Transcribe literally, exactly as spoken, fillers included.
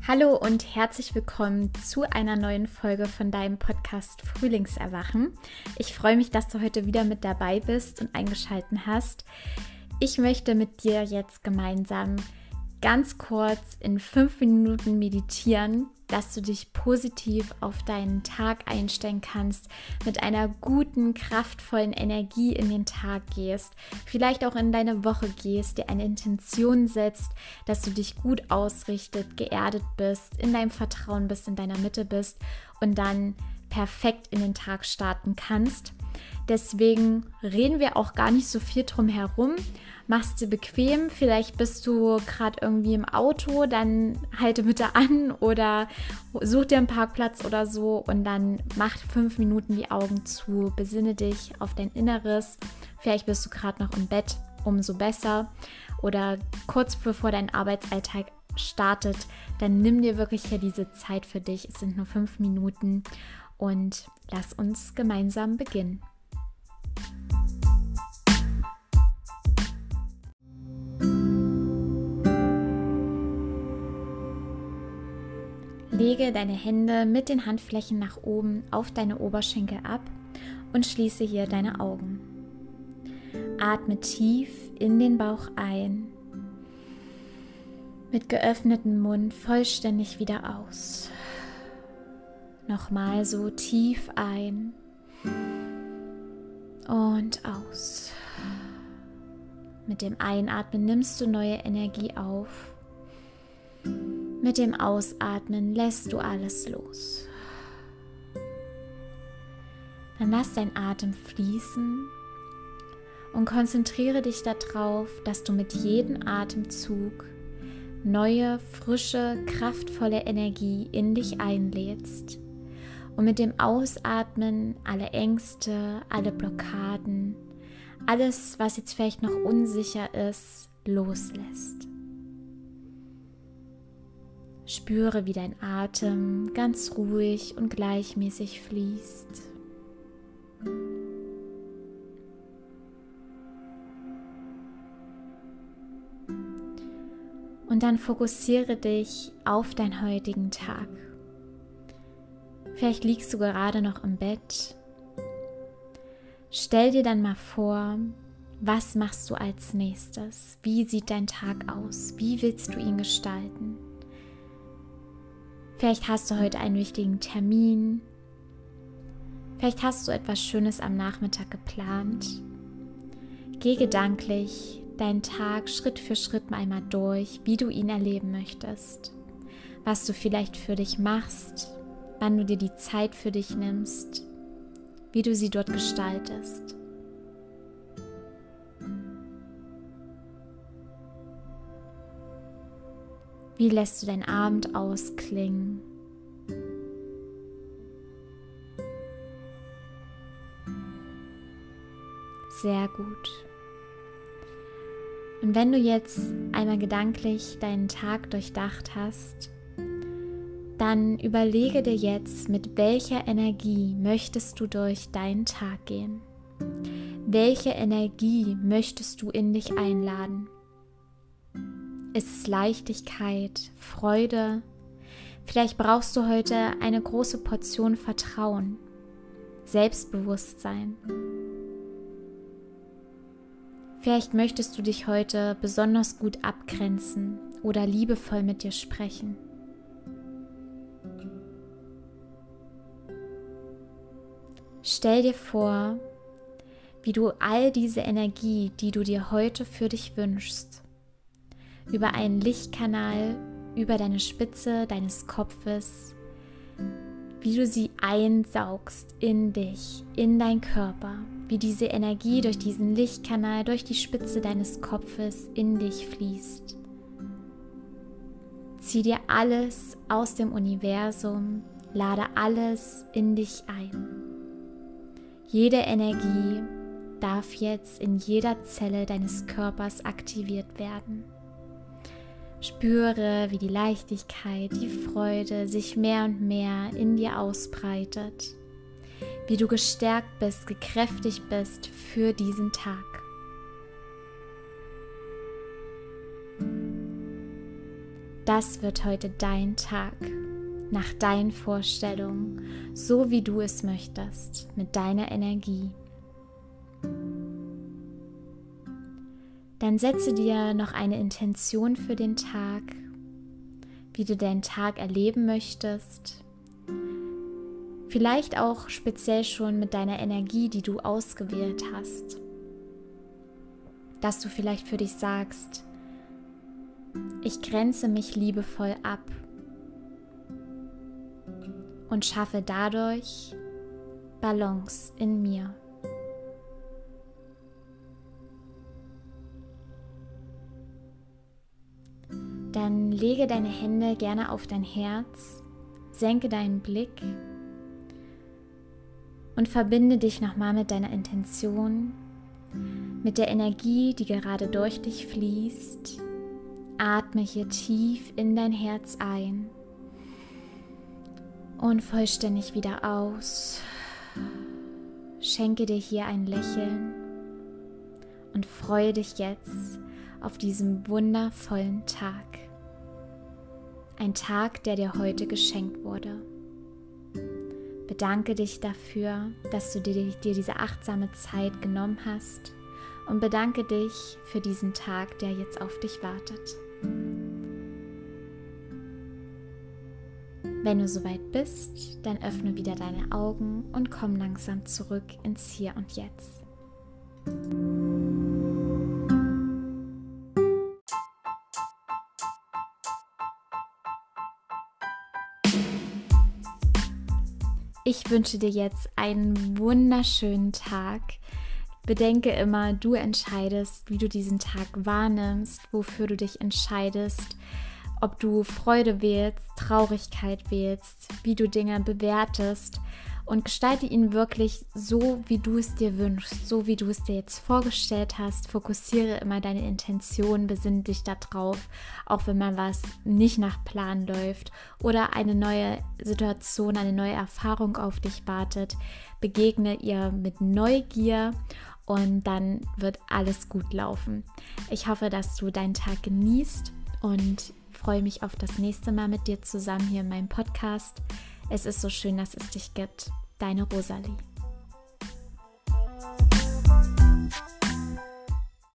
Hallo und herzlich willkommen zu einer neuen Folge von deinem Podcast Frühlingserwachen. Ich freue mich, dass du heute wieder mit dabei bist und eingeschaltet hast. Ich möchte mit dir jetzt gemeinsam ganz kurz in fünf Minuten meditieren, dass du dich positiv auf deinen Tag einstellen kannst, mit einer guten, kraftvollen Energie in den Tag gehst, vielleicht auch in deine Woche gehst, dir eine Intention setzt, dass du dich gut ausrichtet, geerdet bist, in deinem Vertrauen bist, in deiner Mitte bist und dann perfekt in den Tag starten kannst. Deswegen reden wir auch gar nicht so viel drum herum. Mach's dir bequem, vielleicht bist du gerade irgendwie im Auto, dann halte bitte an oder such dir einen Parkplatz oder so und dann mach fünf Minuten die Augen zu, besinne dich auf dein Inneres. Vielleicht bist du gerade noch im Bett, umso besser. Oder kurz bevor dein Arbeitsalltag startet, dann nimm dir wirklich hier diese Zeit für dich. Es sind nur fünf Minuten und lass uns gemeinsam beginnen. Lege deine Hände mit den Handflächen nach oben auf deine Oberschenkel ab und schließe hier deine Augen. Atme tief in den Bauch ein, mit geöffnetem Mund vollständig wieder aus. Nochmal so tief ein und aus. Mit dem Einatmen nimmst du neue Energie auf. Mit dem Ausatmen lässt du alles los. Dann lass deinen Atem fließen und konzentriere dich darauf, dass du mit jedem Atemzug neue, frische, kraftvolle Energie in dich einlädst und mit dem Ausatmen alle Ängste, alle Blockaden, alles, was jetzt vielleicht noch unsicher ist, loslässt. Spüre, wie dein Atem ganz ruhig und gleichmäßig fließt. Und dann fokussiere dich auf deinen heutigen Tag. Vielleicht liegst du gerade noch im Bett. Stell dir dann mal vor, was machst du als nächstes? Wie sieht dein Tag aus? Wie willst du ihn gestalten? Vielleicht hast du heute einen wichtigen Termin. Vielleicht hast du etwas Schönes am Nachmittag geplant. Geh gedanklich deinen Tag Schritt für Schritt mal einmal durch, wie du ihn erleben möchtest. Was du vielleicht für dich machst, wann du dir die Zeit für dich nimmst, wie du sie dort gestaltest. Wie lässt du deinen Abend ausklingen? Sehr gut. Und wenn du jetzt einmal gedanklich deinen Tag durchdacht hast, dann überlege dir jetzt, mit welcher Energie möchtest du durch deinen Tag gehen? Welche Energie möchtest du in dich einladen? Ist es Leichtigkeit, Freude? Vielleicht brauchst du heute eine große Portion Vertrauen, Selbstbewusstsein. Vielleicht möchtest du dich heute besonders gut abgrenzen oder liebevoll mit dir sprechen. Stell dir vor, wie du all diese Energie, die du dir heute für dich wünschst, über einen Lichtkanal, über deine Spitze deines Kopfes, wie du sie einsaugst in dich, in deinen Körper, wie diese Energie durch diesen Lichtkanal, durch die Spitze deines Kopfes in dich fließt. Zieh dir alles aus dem Universum, lade alles in dich ein. Jede Energie darf jetzt in jeder Zelle deines Körpers aktiviert werden. Spüre, wie die Leichtigkeit, die Freude sich mehr und mehr in dir ausbreitet, wie du gestärkt bist, gekräftigt bist für diesen Tag. Das wird heute dein Tag, nach deinen Vorstellungen, so wie du es möchtest, mit deiner Energie. Dann setze dir noch eine Intention für den Tag, wie du deinen Tag erleben möchtest. Vielleicht auch speziell schon mit deiner Energie, die du ausgewählt hast. Dass du vielleicht für dich sagst, ich grenze mich liebevoll ab und schaffe dadurch Balance in mir. Dann lege deine Hände gerne auf dein Herz, senke deinen Blick und verbinde dich nochmal mit deiner Intention, mit der Energie, die gerade durch dich fließt. Atme hier tief in dein Herz ein und vollständig wieder aus. Schenke dir hier ein Lächeln und freue dich jetzt auf diesen wundervollen Tag. Ein Tag, der dir heute geschenkt wurde. Bedanke dich dafür, dass du dir, dir diese achtsame Zeit genommen hast und bedanke dich für diesen Tag, der jetzt auf dich wartet. Wenn du soweit bist, dann öffne wieder deine Augen und komm langsam zurück ins Hier und Jetzt. Ich wünsche dir jetzt einen wunderschönen Tag. Bedenke immer, du entscheidest, wie du diesen Tag wahrnimmst, wofür du dich entscheidest, ob du Freude wählst, Traurigkeit wählst, wie du Dinge bewertest und gestalte ihn wirklich so, wie du es dir wünschst, so wie du es dir jetzt vorgestellt hast. Fokussiere immer deine Intention, besinne dich darauf, auch wenn mal was nicht nach Plan läuft oder eine neue Situation, eine neue Erfahrung auf dich wartet. Begegne ihr mit Neugier und dann wird alles gut laufen. Ich hoffe, dass du deinen Tag genießt und freue mich auf das nächste Mal mit dir zusammen hier in meinem Podcast. Es ist so schön, dass es dich gibt. Deine Rosalie.